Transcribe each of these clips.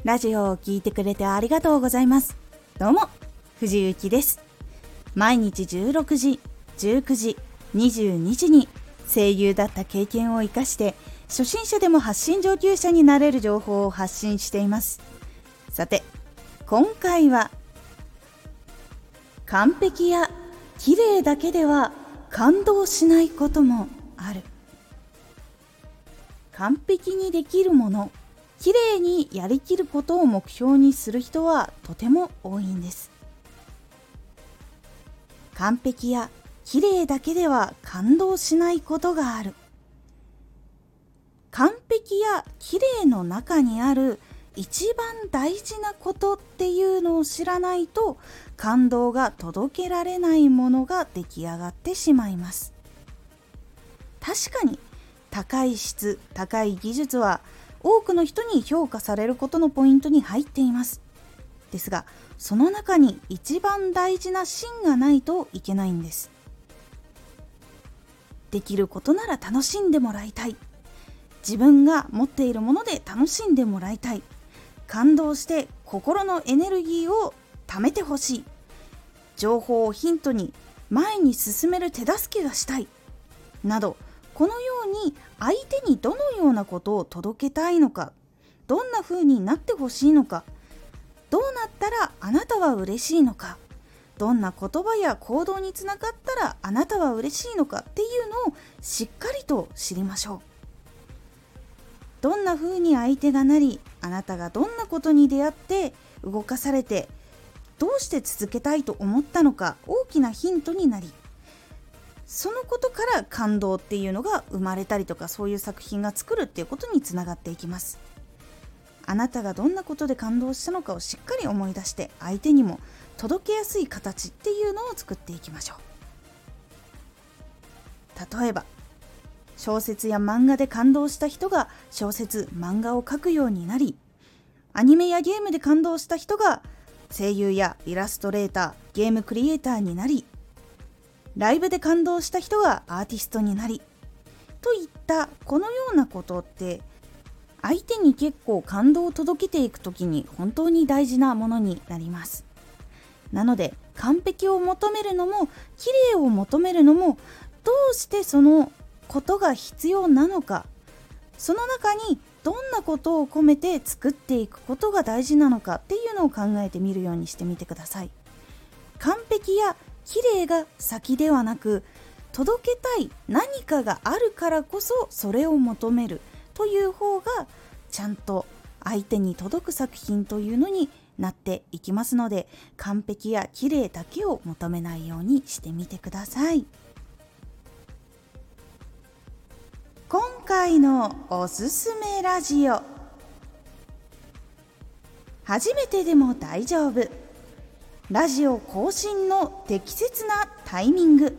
ラジオを聞いてくれてありがとうございます。どうも、藤幸です。毎日16時、19時、22時に声優だった経験を生かして初心者でも発信上級者になれる情報を発信しています。さて、今回は完璧や綺麗だけでは感動しないこともある。完璧にできるもの、綺麗にやりきることを目標にする人はとても多いんです。完璧や綺麗だけでは感動しないことがある。完璧や綺麗の中にある一番大事なことっていうのを知らないと感動が届けられないものが出来上がってしまいます。確かに高い質、高い技術は多くの人に評価されることのポイントに入っています。ですが、その中に一番大事な芯がないといけないんです。できることなら楽しんでもらいたい。自分が持っているもので楽しんでもらいたい。感動して心のエネルギーを貯めてほしい。情報をヒントに前に進める手助けがしたい。など、このように相手にどのようなことを届けたいのか、どんな風になってほしいのか、どうなったらあなたは嬉しいのか、どんな言葉や行動につながったらあなたは嬉しいのかっていうのをしっかりと知りましょう。どんな風に相手がなり、あなたがどんなことに出会って動かされて、どうして続けたいと思ったのか大きなヒントになり、そのことから感動っていうのが生まれたりとか、そういう作品が作るっていうことにつながっていきます。あなたがどんなことで感動したのかをしっかり思い出して、相手にも届けやすい形っていうのを作っていきましょう。例えば、小説や漫画で感動した人が小説、漫画を描くようになり、アニメやゲームで感動した人が声優やイラストレーター、ゲームクリエイターになり、ライブで感動した人がアーティストになり、といったこのようなことって相手に結構感動を届けていくときに本当に大事なものになります。なので、完璧を求めるのも綺麗を求めるのも、どうしてそのことが必要なのか、その中にどんなことを込めて作っていくことが大事なのかっていうのを考えてみるようにしてみてください。完璧や綺麗が先ではなく、届けたい何かがあるからこそそれを求めるという方がちゃんと相手に届く作品というのになっていきますので、完璧や綺麗だけを求めないようにしてみてください。今回のおすすめラジオ、初めてでも大丈夫、ラジオ更新の適切なタイミング。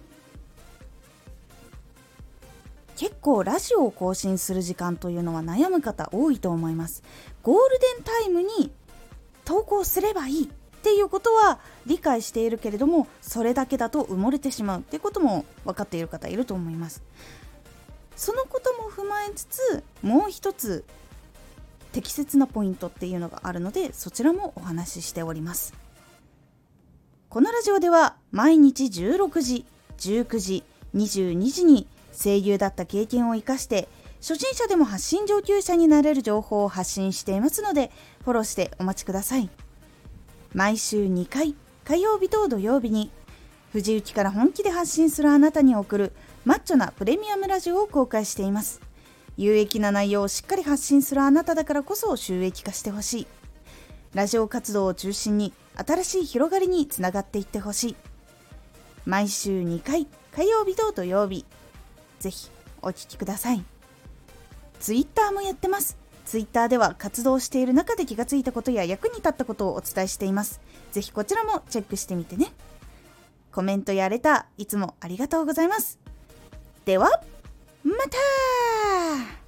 結構ラジオを更新する時間というのは悩む方多いと思います。ゴールデンタイムに投稿すればいいっていうことは理解しているけれども、それだけだと埋もれてしまうっていうことも分かっている方いると思います。そのことも踏まえつつ、もう一つ適切なポイントっていうのがあるので、そちらもお話ししております。このラジオでは毎日16時、19時、22時に声優だった経験を生かして初心者でも発信上級者になれる情報を発信していますので、フォローしてお待ちください。毎週2回、火曜日と土曜日に藤幸から本気で発信するあなたに送るマッチョなプレミアムラジオを公開しています。有益な内容をしっかり発信するあなただからこそ収益化してほしい。ラジオ活動を中心に新しい広がりにつながっていってほしい。毎週2回、火曜日と土曜日、ぜひお聞きください。ツイッターもやってます。ツイッターでは活動している中で気がついたことや役に立ったことをお伝えしています。ぜひこちらもチェックしてみてね。コメントやレターいつもありがとうございます。ではまた。